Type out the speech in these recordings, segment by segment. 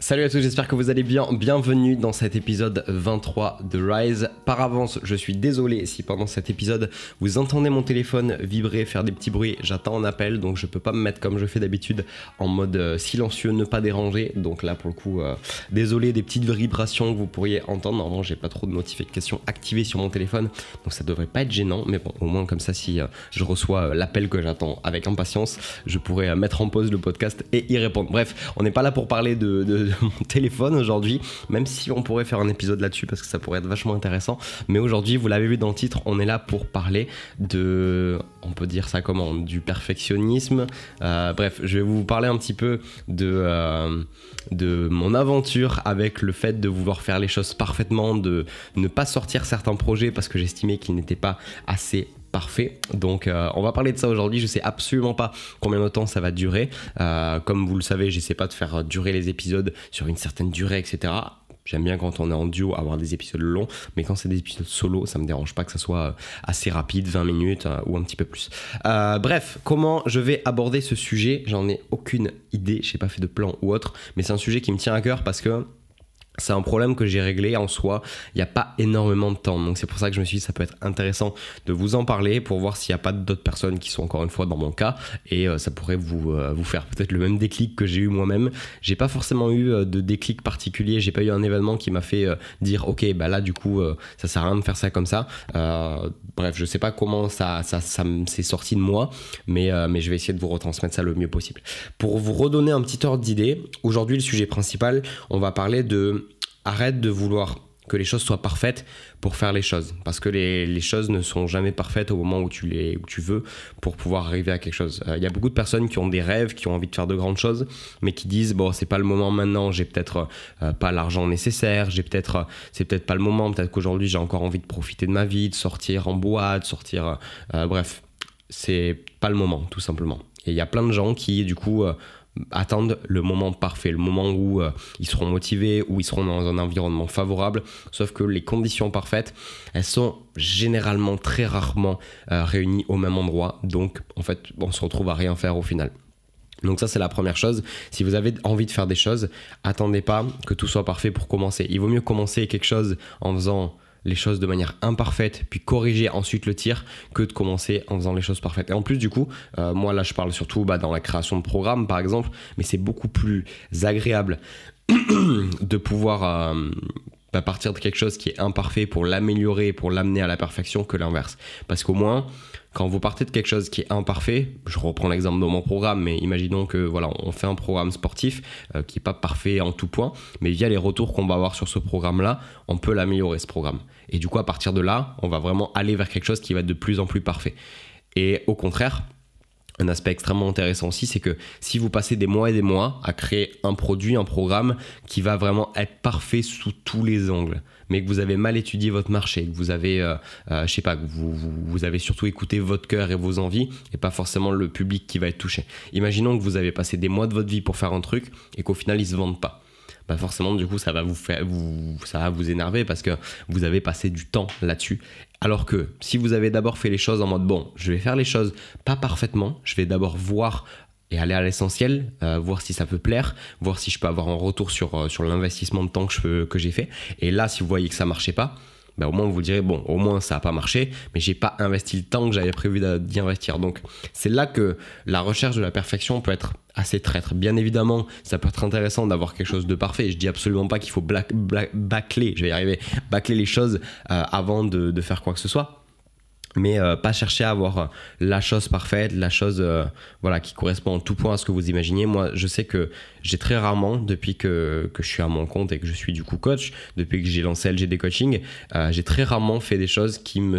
Salut à tous, j'espère que vous allez bien. Bienvenue dans cet épisode 23 de Rise. Par avance, je suis désolé si pendant cet épisode vous entendez mon téléphone vibrer, faire des petits bruits. J'attends un appel, donc je peux pas me mettre comme je fais d'habitude en mode silencieux, ne pas déranger. Donc là, pour le coup, désolé des petites vibrations que vous pourriez entendre. Normalement, j'ai pas trop de notifications activées sur mon téléphone, donc ça devrait pas être gênant. Mais bon, au moins comme ça, si je reçois l'appel que j'attends avec impatience, je pourrais mettre en pause le podcast et y répondre. Bref, on n'est pas là pour parler de mon téléphone aujourd'hui, même si on pourrait faire un épisode là-dessus parce que ça pourrait être vachement intéressant. Mais aujourd'hui, vous l'avez vu dans le titre, on est là pour parler de, on peut dire ça comment, du perfectionnisme. Bref, je vais vous parler un petit peu de mon aventure avec le fait de vouloir faire les choses parfaitement, de ne pas sortir certains projets parce que j'estimais qu'ils n'étaient pas assez parfait. Donc on va parler de ça aujourd'hui. Je sais absolument pas combien de temps ça va durer. Comme vous le savez, j'essaie pas de faire durer les épisodes sur une certaine durée, etc. J'aime bien quand on est en duo avoir des épisodes longs, mais quand c'est des épisodes solo, ça me dérange pas que ça soit assez rapide, 20 minutes ou un petit peu plus. Bref, comment je vais aborder ce sujet ? J'en ai aucune idée, j'ai pas fait de plan ou autre, mais c'est un sujet qui me tient à cœur parce que c'est un problème que j'ai réglé en soi, il n'y a pas énormément de temps, donc c'est pour ça que je me suis dit que ça peut être intéressant de vous en parler pour voir s'il n'y a pas d'autres personnes qui sont encore une fois dans mon cas et ça pourrait vous faire peut-être le même déclic que j'ai eu moi-même. J'ai pas forcément eu de déclic particulier, j'ai pas eu un événement qui m'a fait dire ok bah là du coup ça sert à rien de faire ça comme ça. Bref, je sais pas comment ça s'est sorti de moi, mais je vais essayer de vous retransmettre ça le mieux possible. Pour vous redonner un petit ordre d'idée, aujourd'hui le sujet principal, on va parler de arrête de vouloir que les choses soient parfaites pour faire les choses, parce que les choses ne sont jamais parfaites au moment où tu veux pour pouvoir arriver à quelque chose. Il y a beaucoup de personnes qui ont des rêves, qui ont envie de faire de grandes choses, mais qui disent bon c'est pas le moment maintenant, j'ai peut-être pas l'argent nécessaire, c'est peut-être pas le moment, peut-être qu'aujourd'hui j'ai encore envie de profiter de ma vie, de sortir en boîte, bref, c'est pas le moment tout simplement. Et il y a plein de gens qui du coup attendent le moment parfait, le moment où ils seront motivés, où ils seront dans un environnement favorable, sauf que les conditions parfaites, elles sont généralement très rarement réunies au même endroit, donc en fait on se retrouve à rien faire au final. Donc ça c'est la première chose, si vous avez envie de faire des choses, attendez pas que tout soit parfait pour commencer. Il vaut mieux commencer quelque chose en faisant les choses de manière imparfaite, puis corriger ensuite le tir, que de commencer en faisant les choses parfaites. Et en plus du coup, moi là je parle surtout dans la création de programmes par exemple, mais c'est beaucoup plus agréable de pouvoir partir de quelque chose qui est imparfait pour l'améliorer, pour l'amener à la perfection que l'inverse. Parce qu'au moins, quand vous partez de quelque chose qui est imparfait, je reprends l'exemple de mon programme, mais imaginons que voilà, on fait un programme sportif qui n'est pas parfait en tout point, mais via les retours qu'on va avoir sur ce programme-là, on peut l'améliorer ce programme. Et du coup, à partir de là, on va vraiment aller vers quelque chose qui va être de plus en plus parfait. Et au contraire, un aspect extrêmement intéressant aussi, c'est que si vous passez des mois et des mois à créer un produit, un programme qui va vraiment être parfait sous tous les angles, mais que vous avez mal étudié votre marché, que vous avez, que vous avez surtout écouté votre cœur et vos envies et pas forcément le public qui va être touché. Imaginons que vous avez passé des mois de votre vie pour faire un truc et qu'au final il se vende pas. Forcément du coup ça va vous énerver parce que vous avez passé du temps là-dessus. Alors que si vous avez d'abord fait les choses en mode bon, je vais faire les choses pas parfaitement, je vais d'abord voir et aller à l'essentiel, voir si ça peut plaire, voir si je peux avoir un retour sur l'investissement de temps que j'ai fait. Et là, si vous voyez que ça marchait pas, au moins vous direz bon, au moins ça a pas marché, mais j'ai pas investi le temps que j'avais prévu d'y investir. Donc c'est là que la recherche de la perfection peut être assez traître. Bien évidemment, ça peut être intéressant d'avoir quelque chose de parfait. Je dis absolument pas qu'il faut bâcler les choses avant de faire quoi que ce soit. Mais pas chercher à avoir la chose parfaite, la chose qui correspond en tout point à ce que vous imaginez. Moi, je sais que j'ai très rarement, depuis que je suis à mon compte et que je suis du coup coach, depuis que j'ai lancé LGD Coaching, j'ai très rarement fait des choses qui me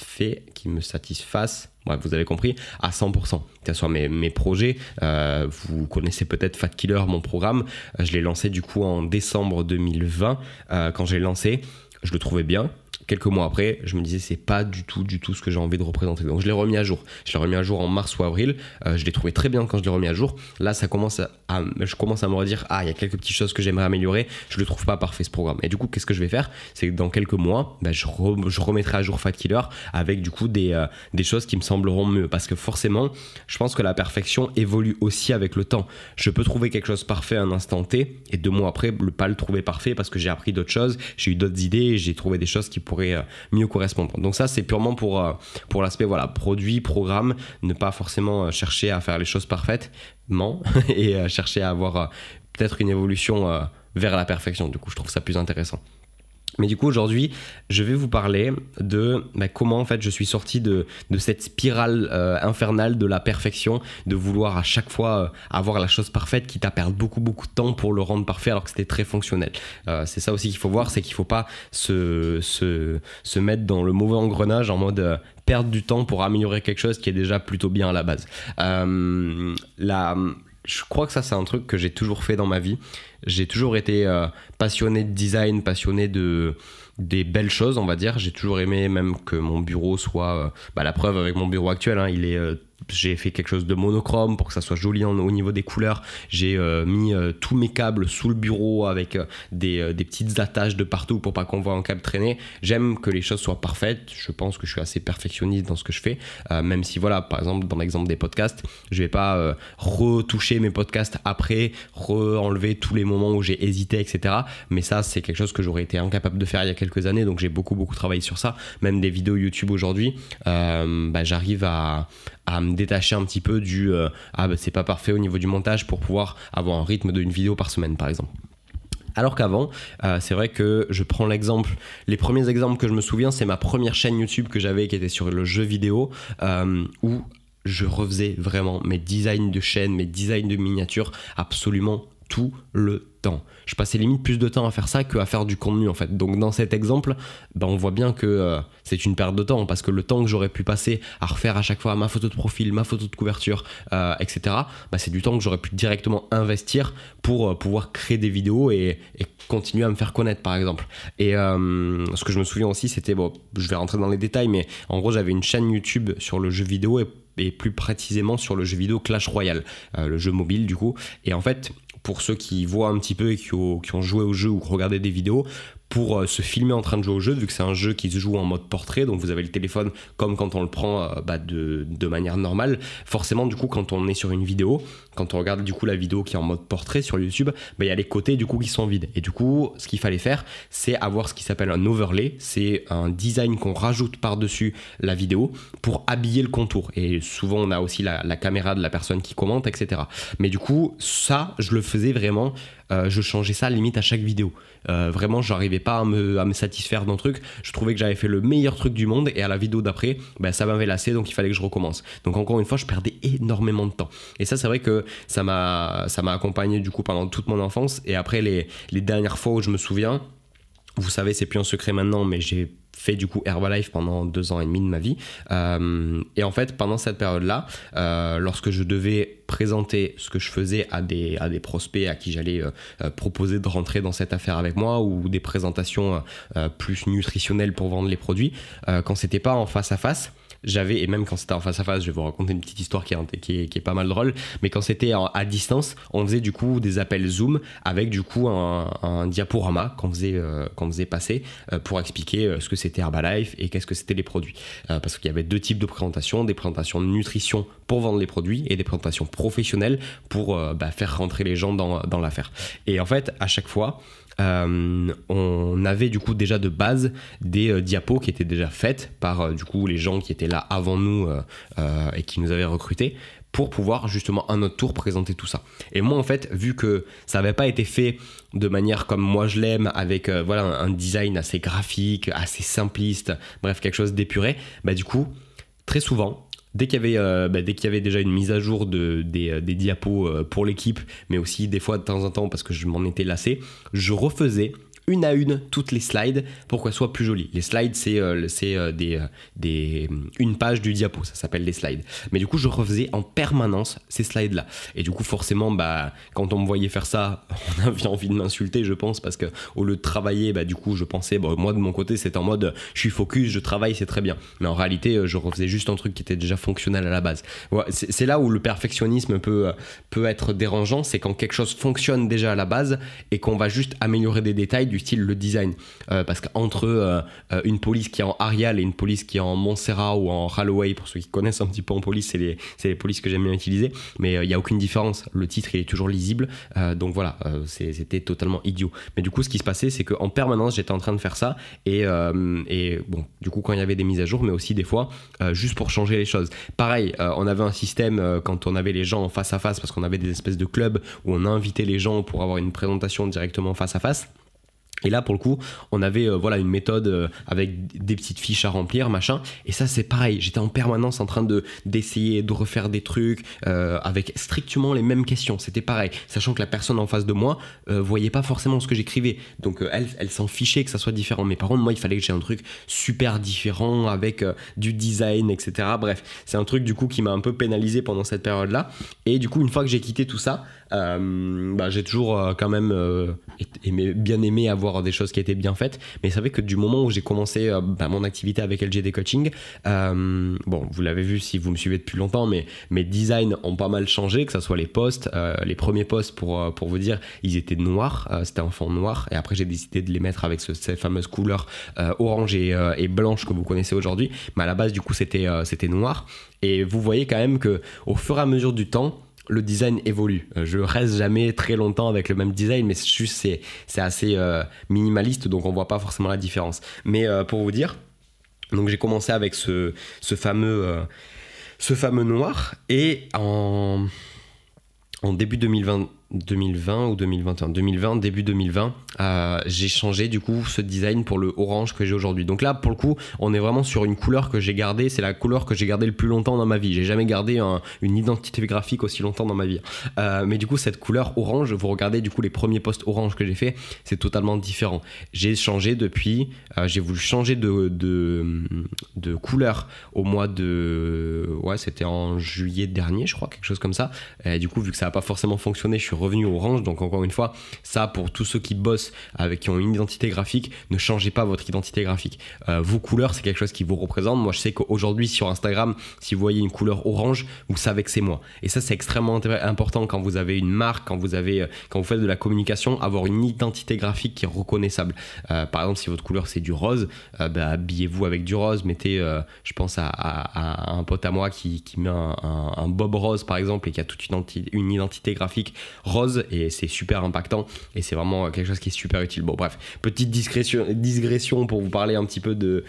satisfassent. Ouais, vous avez compris, à 100%. Que ce soit mes projets, vous connaissez peut-être Fat Killer, mon programme. Je l'ai lancé du coup en décembre 2020. Quand j'ai lancé, je le trouvais bien. quelques mois après, je me disais c'est pas du tout ce que j'ai envie de représenter. Donc je l'ai remis à jour. Je l'ai remis à jour en mars ou avril. Je l'ai trouvé très bien quand je l'ai remis à jour. Là, je commence à me redire, il y a quelques petites choses que j'aimerais améliorer. Je le trouve pas parfait ce programme. Et du coup, qu'est-ce que je vais faire? C'est que dans quelques mois, je remettrai à jour Fat Killer avec du coup des choses qui me sembleront mieux. Parce que forcément, je pense que la perfection évolue aussi avec le temps. Je peux trouver quelque chose parfait à un instant T et 2 mois après, pas le trouver parfait parce que j'ai appris d'autres choses, j'ai eu d'autres idées et j'ai trouvé des choses qui pourraient mieux correspondre. Donc ça, c'est purement pour l'aspect produit, programme, ne pas forcément chercher à faire les choses parfaitement et chercher à avoir peut-être une évolution vers la perfection. Du coup, je trouve ça plus intéressant. Mais du coup, aujourd'hui, je vais vous parler de comment en fait je suis sorti de cette spirale infernale de la perfection, de vouloir à chaque fois avoir la chose parfaite, quitte à perdre beaucoup de temps pour le rendre parfait alors que c'était très fonctionnel. C'est ça aussi qu'il faut voir, c'est qu'il ne faut pas se mettre dans le mauvais engrenage en mode perdre du temps pour améliorer quelque chose qui est déjà plutôt bien à la base. Je crois que ça, c'est un truc que j'ai toujours fait dans ma vie. J'ai toujours été passionné de design, passionné des belles choses, on va dire. J'ai toujours aimé même que mon bureau soit... la preuve avec mon bureau actuel, j'ai fait quelque chose de monochrome pour que ça soit joli au niveau des couleurs. J'ai mis tous mes câbles sous le bureau avec des petites attaches de partout pour pas qu'on voit un câble traîner. J'aime que les choses soient parfaites. Je pense que je suis assez perfectionniste dans ce que je fais. Même si par exemple dans l'exemple des podcasts, je vais pas retoucher mes podcasts après, enlever tous les moments où j'ai hésité, etc. Mais ça, c'est quelque chose que j'aurais été incapable de faire il y a quelques années. Donc j'ai beaucoup travaillé sur ça. Même des vidéos YouTube aujourd'hui, j'arrive à me détacher un petit peu du c'est pas parfait au niveau du montage pour pouvoir avoir un rythme d'une vidéo par semaine par exemple. Alors qu'avant, c'est vrai que je prends les premiers exemples que je me souviens, c'est ma première chaîne YouTube que j'avais qui était sur le jeu vidéo où je refaisais vraiment mes designs de chaîne, mes designs de miniatures absolument tout le temps. Je passais limite plus de temps à faire ça qu'à faire du contenu en fait. Donc dans cet exemple, on voit bien que c'est une perte de temps parce que le temps que j'aurais pu passer à refaire à chaque fois ma photo de profil, ma photo de couverture, etc. C'est du temps que j'aurais pu directement investir pour pouvoir créer des vidéos et continuer à me faire connaître par exemple. Et ce que je me souviens aussi, c'était, je vais rentrer dans les détails, mais en gros j'avais une chaîne YouTube sur le jeu vidéo et plus précisément sur le jeu vidéo Clash Royale, le jeu mobile du coup. Et en fait, pour ceux qui voient un petit peu et qui ont joué au jeu ou regardé des vidéos, pour se filmer en train de jouer au jeu, vu que c'est un jeu qui se joue en mode portrait, donc vous avez le téléphone comme quand on le prend de manière normale. Forcément, du coup, quand on est sur une vidéo, quand on regarde du coup la vidéo qui est en mode portrait sur YouTube, il y a les côtés du coup qui sont vides. Et du coup, ce qu'il fallait faire, c'est avoir ce qui s'appelle un overlay. C'est un design qu'on rajoute par-dessus la vidéo pour habiller le contour. Et souvent, on a aussi la caméra de la personne qui commente, etc. Mais du coup, ça, je le faisais vraiment... je changeais ça limite à chaque vidéo. Vraiment, j'arrivais pas à me satisfaire d'un truc. Je trouvais que j'avais fait le meilleur truc du monde et à la vidéo d'après, ça m'avait lassé, donc il fallait que je recommence. Donc encore une fois, je perdais énormément de temps. Et ça, c'est vrai que ça m'a accompagné du coup pendant toute mon enfance. Et après, les dernières fois où je me souviens, vous savez, c'est plus un secret maintenant, mais j'ai fait du coup Herbalife pendant 2 ans et demi de ma vie et en fait pendant cette période-là, lorsque je devais présenter ce que je faisais à des prospects à qui j'allais proposer de rentrer dans cette affaire avec moi ou des présentations plus nutritionnelles pour vendre les produits, quand c'était pas en face à face, et même quand c'était en face à face, je vais vous raconter une petite histoire qui est pas mal drôle, mais quand c'était à distance, on faisait du coup des appels Zoom avec du coup un diaporama qu'on faisait passer pour expliquer ce que c'était Herbalife et qu'est-ce que c'était les produits. Parce qu'il y avait 2 types de présentations, des présentations de nutrition pour vendre les produits et des présentations professionnelles pour faire rentrer les gens dans l'affaire. Et en fait, à chaque fois, on avait du coup déjà de base des diapos qui étaient déjà faites par du coup les gens qui étaient là avant nous et qui nous avaient recrutés pour pouvoir justement à notre tour présenter tout ça. Et moi en fait, vu que ça n'avait pas été fait de manière comme moi je l'aime, avec un design assez graphique, assez simpliste, bref quelque chose d'épuré, du coup très souvent dès qu'il y avait déjà une mise à jour des diapos pour l'équipe, mais aussi des fois de temps en temps parce que je m'en étais lassé, je refaisais une à une toutes les slides pour qu'elles soient plus jolies. Les slides, c'est une page du diapo, ça s'appelle des slides. Mais du coup, je refaisais en permanence ces slides-là. Et du coup, forcément, quand on me voyait faire ça, on avait envie de m'insulter, je pense, parce qu'au lieu de travailler, du coup, je pensais, moi de mon côté, c'était en mode, je suis focus, je travaille, c'est très bien. Mais en réalité, je refaisais juste un truc qui était déjà fonctionnel à la base. Ouais, c'est là où le perfectionnisme peut être dérangeant, c'est quand quelque chose fonctionne déjà à la base et qu'on va juste améliorer des détails du style le design. Parce qu'entre une police qui est en Arial et une police qui est en Montserrat ou en Holloway, pour ceux qui connaissent un petit peu en police, c'est les polices que j'aime bien utiliser, mais il n'y a aucune différence. Le titre, il est toujours lisible. Donc voilà, c'était totalement idiot. Mais du coup, ce qui se passait, c'est qu'en permanence, j'étais en train de faire ça et bon, du coup, quand il y avait des mises à jour, mais aussi des fois, juste pour changer les choses. Pareil, on avait un système quand on avait les gens en face à face, parce qu'on avait des espèces de clubs où on invitait les gens pour avoir une présentation directement face à face. Et là, pour le coup, on avait une méthode avec des petites fiches à remplir, machin. Et ça, c'est pareil. J'étais en permanence en train d'essayer de refaire des trucs avec strictement les mêmes questions. C'était pareil. Sachant que la personne en face de moi voyait pas forcément ce que j'écrivais. Donc, elle s'en fichait que ça soit différent. Mais par contre, moi, il fallait que j'ai un truc super différent avec du design, etc. Bref, c'est un truc, du coup, qui m'a un peu pénalisé pendant cette période-là. Et du coup, une fois que j'ai quitté tout ça, j'ai toujours quand même bien aimé avoir des choses qui étaient bien faites, mais c'est vrai que du moment où j'ai commencé mon activité avec LGD Coaching, vous l'avez vu si vous me suivez depuis longtemps, mais mes designs ont pas mal changé, que ce soit les posts, les premiers posts pour vous dire, ils étaient noirs, c'était en fond noir, et après j'ai décidé de les mettre avec ces fameuses couleurs orange et blanche que vous connaissez aujourd'hui, mais à la base du coup c'était noir, et vous voyez quand même que au fur et à mesure du temps, le design évolue. Je reste jamais très longtemps avec le même design, mais c'est assez minimaliste, donc on voit pas forcément la différence. Mais pour vous dire, donc j'ai commencé avec ce fameux noir, et en début 2020 ou 2021, début 2020, j'ai changé du coup ce design pour le orange que j'ai aujourd'hui. Donc là, pour le coup, on est vraiment sur une couleur que j'ai gardée, c'est la couleur que j'ai gardée le plus longtemps dans ma vie. J'ai jamais gardé une identité graphique aussi longtemps dans ma vie. Mais du coup, cette couleur orange, vous regardez du coup les premiers posts orange que j'ai fait, c'est totalement différent. J'ai changé depuis, j'ai voulu changer de couleur au mois de... Ouais, c'était en juillet dernier, je crois, quelque chose comme ça. Et du coup, vu que ça n'a pas forcément fonctionné, je suis revenu orange. Donc encore une fois, ça pour tous ceux qui bossent qui ont une identité graphique, ne changez pas votre identité graphique. Vos couleurs, c'est quelque chose qui vous représente. Moi, je sais qu'aujourd'hui sur Instagram, si vous voyez une couleur orange, vous savez que c'est moi. Et ça, c'est extrêmement important quand vous avez une marque, quand vous faites de la communication, avoir une identité graphique qui est reconnaissable. Par exemple, si votre couleur c'est du rose, habillez-vous avec du rose. Mettez, je pense à un pote à moi qui met un bob rose par exemple, et qui a toute une identité graphique rose, et c'est super impactant, et c'est vraiment quelque chose qui est super utile. Bon bref, petite digression pour vous parler un petit peu de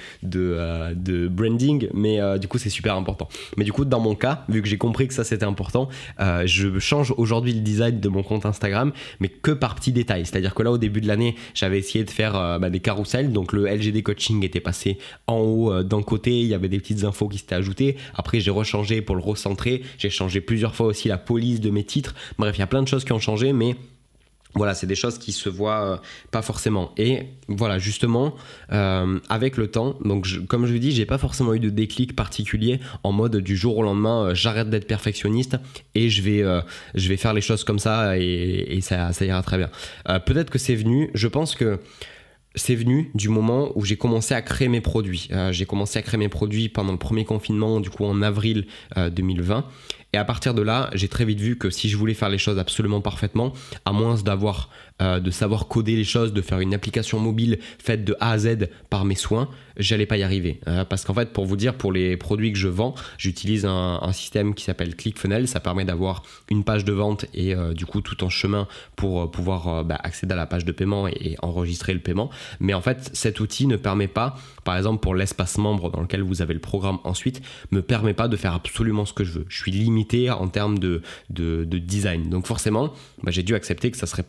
branding, mais du coup c'est super important. Mais du coup dans mon cas, vu que j'ai compris que ça c'était important, je change aujourd'hui le design de mon compte Instagram, mais que par petits détails. C'est-à-dire que là au début de l'année, j'avais essayé de faire des carousels, donc le LGD Coaching était passé en haut d'un côté, il y avait des petites infos qui s'étaient ajoutées, après j'ai rechangé pour le recentrer, j'ai changé plusieurs fois aussi la police de mes titres. Bref, il y a plein de choses qui ont changé, mais voilà, c'est des choses qui se voient pas forcément. Et voilà, justement, avec le temps, donc comme je vous dis, j'ai pas forcément eu de déclic particulier en mode du jour au lendemain, j'arrête d'être perfectionniste et je vais faire les choses comme ça, et ça ira très bien. Peut-être que c'est venu, je pense que c'est venu du moment où j'ai commencé à créer mes produits. J'ai commencé à créer mes produits pendant le premier confinement, du coup en avril 2020. Et à partir de là, j'ai très vite vu que si je voulais faire les choses absolument parfaitement, à moins de savoir coder les choses, de faire une application mobile faite de A à Z par mes soins, j'allais pas y arriver. Parce qu'en fait, pour vous dire, pour les produits que je vends, j'utilise un système qui s'appelle ClickFunnels. Ça permet d'avoir une page de vente et du coup tout en chemin pour pouvoir accéder à la page de paiement et enregistrer le paiement. Mais en fait, cet outil ne permet pas, par exemple pour l'espace membre dans lequel vous avez le programme ensuite, me permet pas de faire absolument ce que je veux. Je suis limité en termes de design. Donc forcément, j'ai dû accepter que ça serait pas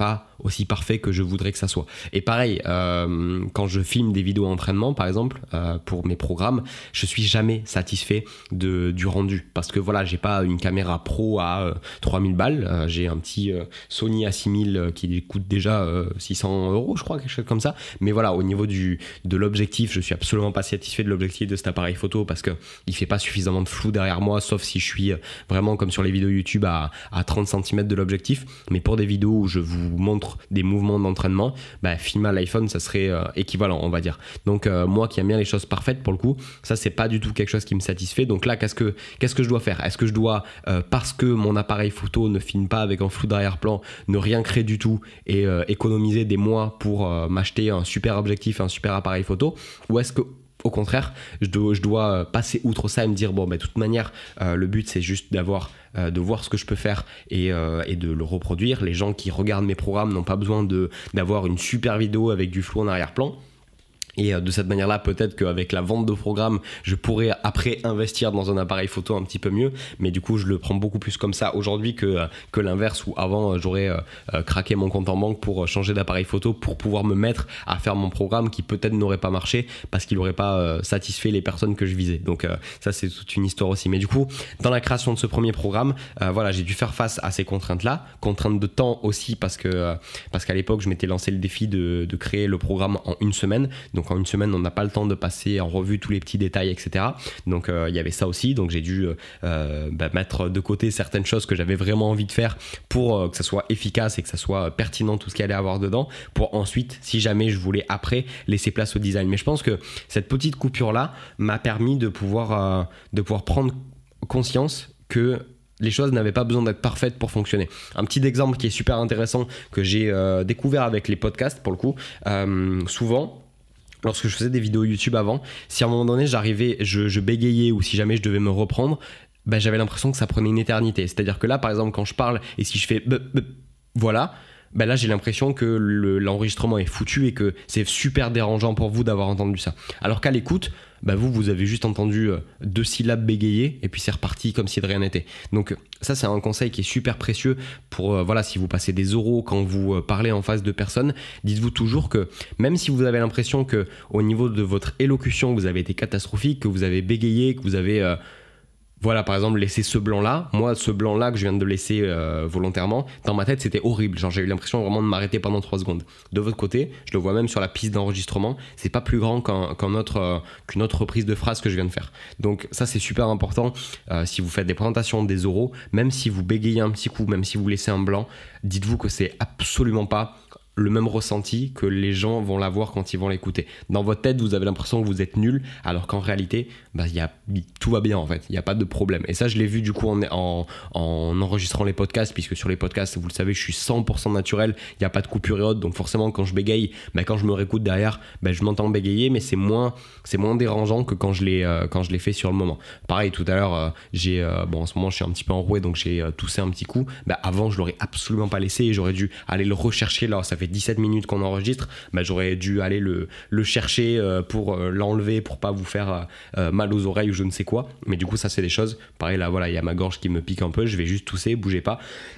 aussi parfait que je voudrais que ça soit. Et pareil, quand je filme des vidéos d'entraînement par exemple pour mes programmes, je suis jamais satisfait du rendu parce que voilà, j'ai pas une caméra pro à 3000 balles, j'ai un petit Sony A6000 qui coûte déjà 600 euros je crois, quelque chose comme ça, mais voilà, au niveau de l'objectif, je suis absolument pas satisfait de l'objectif de cet appareil photo parce que il fait pas suffisamment de flou derrière moi, sauf si je suis vraiment comme sur les vidéos YouTube à 30 cm de l'objectif. Mais pour des vidéos où je vous montre des mouvements d'entraînement, filmer à l'iPhone ça serait équivalent, on va dire. Donc moi qui aime bien les choses parfaites, pour le coup ça c'est pas du tout quelque chose qui me satisfait. Donc là qu'est-ce que je dois faire? Est-ce que je dois parce que mon appareil photo ne filme pas avec un flou d'arrière-plan, ne rien créer du tout et économiser des mois pour m'acheter un super objectif, un super appareil photo? Ou est-ce que au contraire, je dois passer outre ça et me dire de toute manière, le but c'est juste de voir ce que je peux faire et de le reproduire. Les gens qui regardent mes programmes n'ont pas besoin d'avoir une super vidéo avec du flou en arrière-plan. Et de cette manière-là, peut-être qu'avec la vente de programmes, je pourrais après investir dans un appareil photo un petit peu mieux. Mais du coup, je le prends beaucoup plus comme ça aujourd'hui que l'inverse, où avant, j'aurais craqué mon compte en banque pour changer d'appareil photo pour pouvoir me mettre à faire mon programme qui peut-être n'aurait pas marché parce qu'il n'aurait pas satisfait les personnes que je visais. Donc ça, c'est toute une histoire aussi. Mais du coup, dans la création de ce premier programme, voilà, j'ai dû faire face à ces contraintes-là. Contraintes de temps aussi parce qu'à l'époque, je m'étais lancé le défi de créer le programme en une semaine. Donc en une semaine, on n'a pas le temps de passer en revue tous les petits détails, etc. Donc il y avait ça aussi. Donc j'ai dû mettre de côté certaines choses que j'avais vraiment envie de faire pour que ça soit efficace et que ça soit pertinent tout ce qu'il allait avoir dedans, pour ensuite, si jamais je voulais après, laisser place au design. Mais je pense que cette petite coupure-là m'a permis de pouvoir prendre conscience que les choses n'avaient pas besoin d'être parfaites pour fonctionner. Un petit exemple qui est super intéressant que j'ai découvert avec les podcasts, pour le coup, souvent, lorsque je faisais des vidéos YouTube avant, si à un moment donné j'arrivais, je bégayais ou si jamais je devais me reprendre, j'avais l'impression que ça prenait une éternité. C'est-à-dire que là, par exemple, quand je parle et si je fais voilà, là j'ai l'impression que l'enregistrement est foutu et que c'est super dérangeant pour vous d'avoir entendu ça. Alors qu'à l'écoute, vous avez juste entendu 2 syllabes bégayer et puis c'est reparti comme si de rien n'était. Donc ça, c'est un conseil qui est super précieux pour si vous passez des oraux quand vous parlez en face de personnes, dites-vous toujours que même si vous avez l'impression que au niveau de votre élocution vous avez été catastrophique, que vous avez bégayé, que vous avez par exemple, laisser ce blanc-là. Moi, ce blanc-là que je viens de laisser volontairement, dans ma tête, c'était horrible. Genre, j'ai eu l'impression vraiment de m'arrêter pendant 3 secondes. De votre côté, je le vois même sur la piste d'enregistrement, c'est pas plus grand qu'une autre reprise de phrase que je viens de faire. Donc ça, c'est super important. Si vous faites des présentations, des oraux, même si vous bégayez un petit coup, même si vous laissez un blanc, dites-vous que c'est absolument pas le même ressenti que les gens vont l'avoir quand ils vont l'écouter. Dans votre tête, vous avez l'impression que vous êtes nul, alors qu'en réalité, tout va bien en fait, il n'y a pas de problème. Et ça, je l'ai vu du coup en enregistrant les podcasts, puisque sur les podcasts, vous le savez, je suis 100% naturel, il n'y a pas de coupure et autres, donc forcément quand je bégaye, quand je me réécoute derrière, je m'entends bégayer, mais c'est moins dérangeant que quand je l'ai fait sur le moment. Pareil, tout à l'heure, en ce moment je suis un petit peu enroué, donc j'ai toussé un petit coup. Avant, je l'aurais absolument pas laissé et j'aurais dû aller le rechercher. Là, ça fait 17 minutes qu'on enregistre, j'aurais dû aller le chercher pour l'enlever, pour pas vous faire mal aux oreilles ou je ne sais quoi. Mais du coup, ça c'est des choses, pareil là, voilà, il y a ma gorge qui me pique un peu, je vais juste tousser, bougez pas.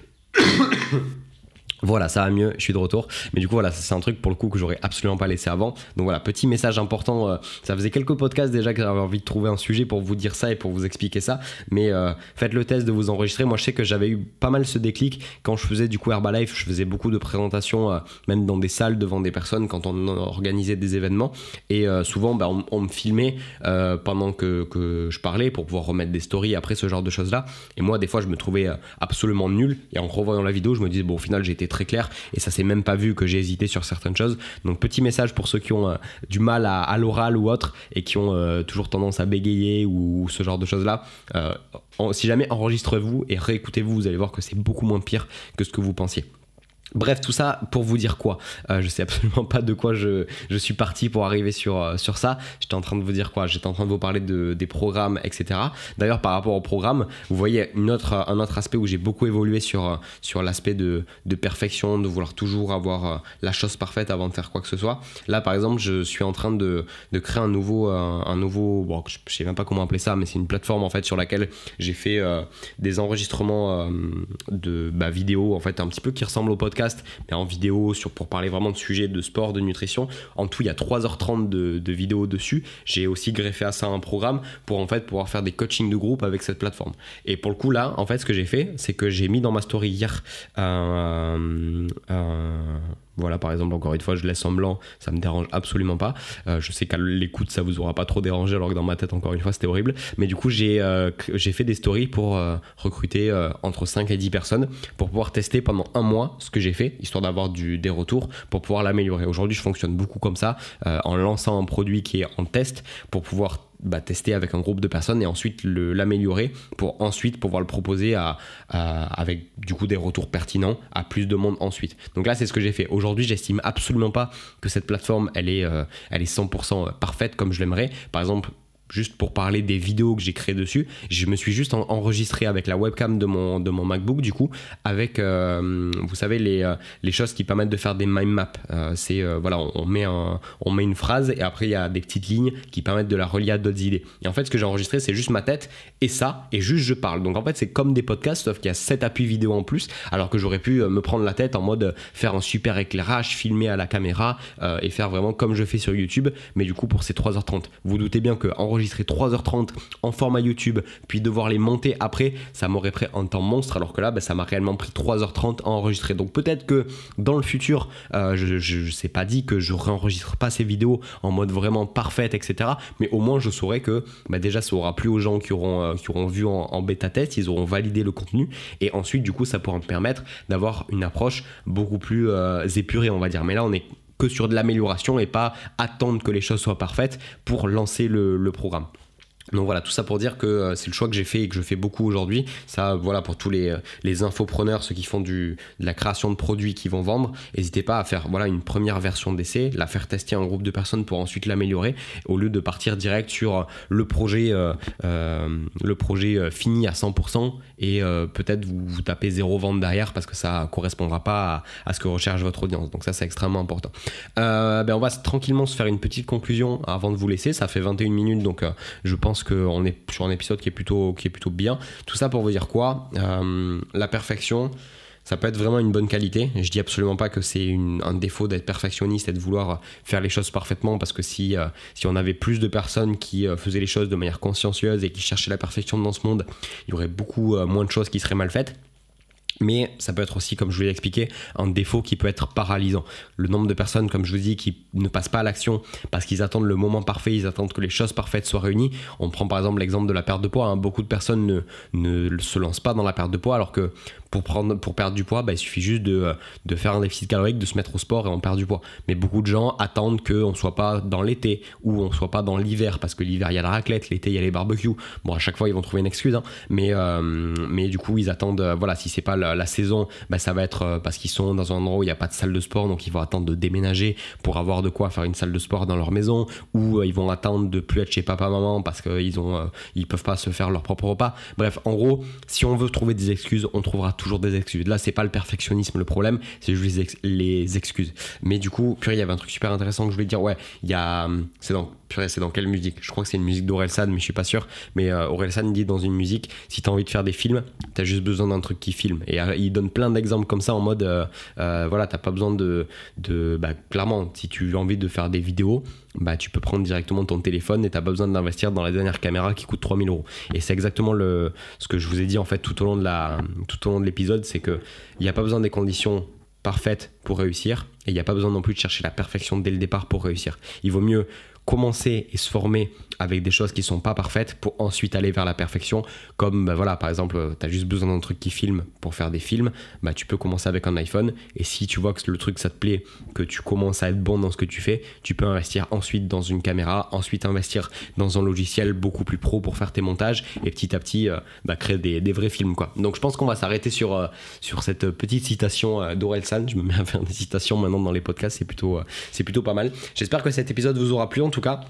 Voilà, ça va mieux, je suis de retour. Mais du coup, voilà, c'est un truc pour le coup que j'aurais absolument pas laissé avant. Donc voilà, petit message important. Ça faisait quelques podcasts déjà que j'avais envie de trouver un sujet pour vous dire ça et pour vous expliquer ça. Mais faites le test de vous enregistrer. Moi, je sais que j'avais eu pas mal ce déclic quand je faisais du coup Herbalife. Je faisais beaucoup de présentations, même dans des salles devant des personnes quand on organisait des événements. Et souvent, on me filmait pendant que je parlais pour pouvoir remettre des stories après ce genre de choses-là. Et moi, des fois, je me trouvais absolument nul. Et en revoyant la vidéo, je me disais, au final, j'ai été très clair et ça s'est même pas vu que j'ai hésité sur certaines choses. Donc petit message pour ceux qui ont du mal à l'oral ou autre et qui ont toujours tendance à bégayer ou ce genre de choses là, si jamais enregistrez-vous et réécoutez-vous, vous allez voir que c'est beaucoup moins pire que ce que vous pensiez. Bref, tout ça pour vous dire quoi ? Je sais absolument pas de quoi je suis parti pour arriver sur ça. J'étais en train de vous dire quoi ? J'étais en train de vous parler des programmes, etc. D'ailleurs, par rapport au programme, vous voyez un autre aspect où j'ai beaucoup évolué sur l'aspect de perfection, de vouloir toujours avoir la chose parfaite avant de faire quoi que ce soit. Là, par exemple, je suis en train de créer un nouveau bon, je sais même pas comment appeler ça, mais c'est une plateforme en fait sur laquelle j'ai fait des enregistrements de vidéos en fait un petit peu qui ressemblent au podcast, podcast, mais en vidéo pour parler vraiment de sujets de sport, de nutrition. En tout, il y a 3h30 de vidéos dessus. J'ai aussi greffé à ça un programme pour en fait pouvoir faire des coachings de groupe avec cette plateforme. Et pour le coup là, en fait, ce que j'ai fait, c'est que j'ai mis dans ma story hier voilà, par exemple, encore une fois, je laisse en blanc, ça me dérange absolument pas. Je sais qu'à l'écoute, ça vous aura pas trop dérangé, alors que dans ma tête, encore une fois, c'était horrible. Mais du coup, j'ai fait des stories pour recruter entre 5 et 10 personnes pour pouvoir tester pendant un mois ce que j'ai fait, histoire d'avoir des retours pour pouvoir l'améliorer. Aujourd'hui, je fonctionne beaucoup comme ça, en lançant un produit qui est en test pour pouvoir tester avec un groupe de personnes et ensuite l'améliorer pour ensuite pouvoir le proposer avec du coup des retours pertinents à plus de monde ensuite. Donc là, c'est ce que j'ai fait. Aujourd'hui, j'estime absolument pas que cette plateforme elle est 100% parfaite comme je l'aimerais. Par exemple, juste pour parler des vidéos que j'ai créées dessus, je me suis juste enregistré avec la webcam de mon MacBook, du coup, avec, vous savez, les choses qui permettent de faire des mind maps. Voilà, on met une phrase et après il y a des petites lignes qui permettent de la relier à d'autres idées. Et en fait, ce que j'ai enregistré, c'est juste ma tête et ça, et juste je parle. Donc en fait, c'est comme des podcasts, sauf qu'il y a 7 appuis vidéo en plus, alors que j'aurais pu me prendre la tête en mode faire un super éclairage, filmer à la caméra et faire vraiment comme je fais sur YouTube, mais du coup pour ces 3h30. Vous doutez bien que enregistrer 3h30 en format YouTube, puis devoir les monter après, ça m'aurait pris un temps monstre, alors que là, ça m'a réellement pris 3h30 à enregistrer. Donc peut-être que dans le futur, je sais pas dit que je réenregistre pas ces vidéos en mode vraiment parfaite, etc. Mais au moins, je saurais que déjà, ça aura plu aux gens qui auront vu en bêta test, ils auront validé le contenu, et ensuite, du coup, ça pourra me permettre d'avoir une approche beaucoup plus épurée, on va dire. Mais là, on est que sur de l'amélioration et pas attendre que les choses soient parfaites pour lancer le programme. Donc voilà, tout ça pour dire que c'est le choix que j'ai fait et que je fais beaucoup aujourd'hui. Ça, voilà, pour tous les infopreneurs, ceux qui font de la création de produits qui vont vendre, n'hésitez pas à faire une première version d'essai, la faire tester en groupe de personnes pour ensuite l'améliorer, au lieu de partir direct sur le projet fini à 100% et peut-être vous tapez 0 vente derrière parce que ça correspondra pas à ce que recherche votre audience. Donc ça, c'est extrêmement important. On va tranquillement se faire une petite conclusion avant de vous laisser. Ça fait 21 minutes, donc je pense qu'on est sur un épisode qui est plutôt bien. Tout ça pour vous dire quoi ? La perfection, ça peut être vraiment une bonne qualité. Je dis absolument pas que c'est un défaut d'être perfectionniste et de vouloir faire les choses parfaitement, parce que si on avait plus de personnes qui faisaient les choses de manière consciencieuse et qui cherchaient la perfection dans ce monde, il y aurait beaucoup moins de choses qui seraient mal faites. Mais ça peut être aussi, comme je vous l'ai expliqué, un défaut qui peut être paralysant. Le nombre de personnes, comme je vous dis, qui ne passent pas à l'action parce qu'ils attendent le moment parfait, ils attendent que les choses parfaites soient réunies. On prend par exemple l'exemple de la perte de poids. Beaucoup de personnes ne se lancent pas dans la perte de poids, alors que pour perdre du poids, il suffit juste de faire un déficit calorique, de se mettre au sport et on perd du poids. Mais beaucoup de gens attendent qu'on ne soit pas dans l'été ou on ne soit pas dans l'hiver, parce que l'hiver il y a la raclette, l'été il y a les barbecues. Bon, à chaque fois ils vont trouver une excuse, mais du coup ils attendent, si c'est pas la saison, ça va être parce qu'ils sont dans un endroit où il n'y a pas de salle de sport, donc ils vont attendre de déménager pour avoir de quoi faire une salle de sport dans leur maison, ou ils vont attendre de plus être chez papa-maman parce qu'ils peuvent pas se faire leur propre repas. Bref, en gros, si on veut trouver des excuses, on trouvera toujours des excuses. Là, c'est pas le perfectionnisme le problème, c'est juste les excuses. Mais du coup, il y avait un truc super intéressant que je voulais dire. Ouais, c'est dans quelle musique ? Je crois que c'est une musique d'Orelsan, mais je suis pas sûr. Mais Orelsan dit dans une musique, si t'as envie de faire des films, t'as juste besoin d'un truc qui filme. Et il donne plein d'exemples comme ça en mode, t'as pas besoin clairement, si tu as envie de faire des vidéos, tu peux prendre directement ton téléphone et t'as pas besoin d'investir dans la dernière caméra qui coûte 3000 €. Et c'est exactement ce que je vous ai dit en fait tout au long de l'épisode, c'est que il n'y a pas besoin des conditions parfaites pour réussir, et il n'y a pas besoin non plus de chercher la perfection dès le départ pour réussir. Il vaut mieux commencer et se former avec des choses qui sont pas parfaites pour ensuite aller vers la perfection. Comme par exemple, tu as juste besoin d'un truc qui filme pour faire des films, tu peux commencer avec un iPhone, et si tu vois que le truc ça te plaît, que tu commences à être bon dans ce que tu fais, tu peux investir ensuite dans une caméra, ensuite investir dans un logiciel beaucoup plus pro pour faire tes montages, et petit à petit créer des vrais films, quoi. Donc je pense qu'on va s'arrêter sur cette petite citation d'Orelsan. Je me mets à faire des citations maintenant dans les podcasts, c'est plutôt pas mal. J'espère que cet épisode vous aura plu en tout cas.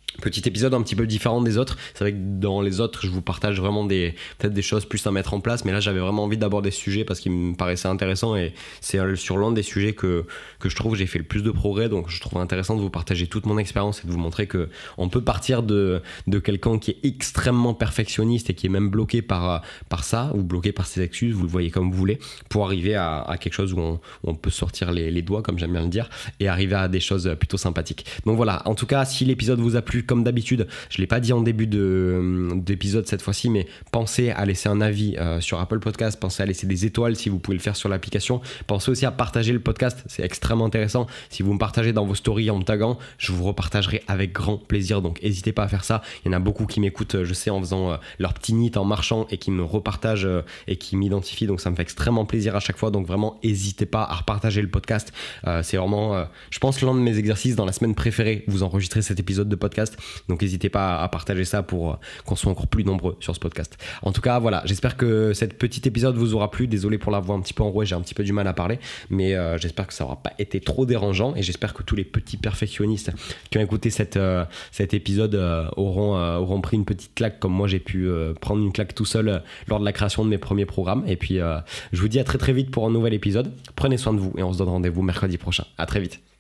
Petit épisode un petit peu différent des autres. C'est vrai que dans les autres, je vous partage vraiment peut-être des choses plus à mettre en place, mais là j'avais vraiment envie d'aborder ce sujet parce qu'il me paraissait intéressant et c'est sur l'un des sujets que je trouve j'ai fait le plus de progrès. Donc je trouve intéressant de vous partager toute mon expérience et de vous montrer que on peut partir de quelqu'un qui est extrêmement perfectionniste et qui est même bloqué par ça ou bloqué par ses excuses, vous le voyez comme vous voulez, pour arriver à quelque chose où on peut sortir les doigts, comme j'aime bien le dire, et arriver à des choses plutôt sympathiques. Donc voilà, en tout cas, si l'épisode vous a plu, comme d'habitude, je ne l'ai pas dit en début d'épisode cette fois-ci, mais pensez à laisser un avis sur Apple Podcast, pensez à laisser des étoiles si vous pouvez le faire sur l'application, pensez aussi à partager le podcast, c'est extrêmement intéressant. Si vous me partagez dans vos stories en me taguant, je vous repartagerai avec grand plaisir, donc n'hésitez pas à faire ça. Il y en a beaucoup qui m'écoutent, je sais, en faisant leur petit nid en marchant et qui me repartagent et qui m'identifient, donc ça me fait extrêmement plaisir à chaque fois, donc vraiment n'hésitez pas à repartager le podcast. C'est vraiment, je pense, l'un de mes exercices dans la semaine préférée, vous enregistrez cet épisode de podcast. Donc n'hésitez pas à partager ça pour qu'on soit encore plus nombreux sur ce podcast. En tout cas, voilà, j'espère que cet petit épisode vous aura plu. Désolé pour la voix un petit peu enrouée, j'ai un petit peu du mal à parler, mais j'espère que ça n'aura pas été trop dérangeant et j'espère que tous les petits perfectionnistes qui ont écouté cet épisode auront pris une petite claque comme moi j'ai pu prendre une claque tout seul lors de la création de mes premiers programmes. Et puis je vous dis à très très vite pour un nouvel épisode. Prenez soin de vous et on se donne rendez-vous mercredi prochain. À très vite.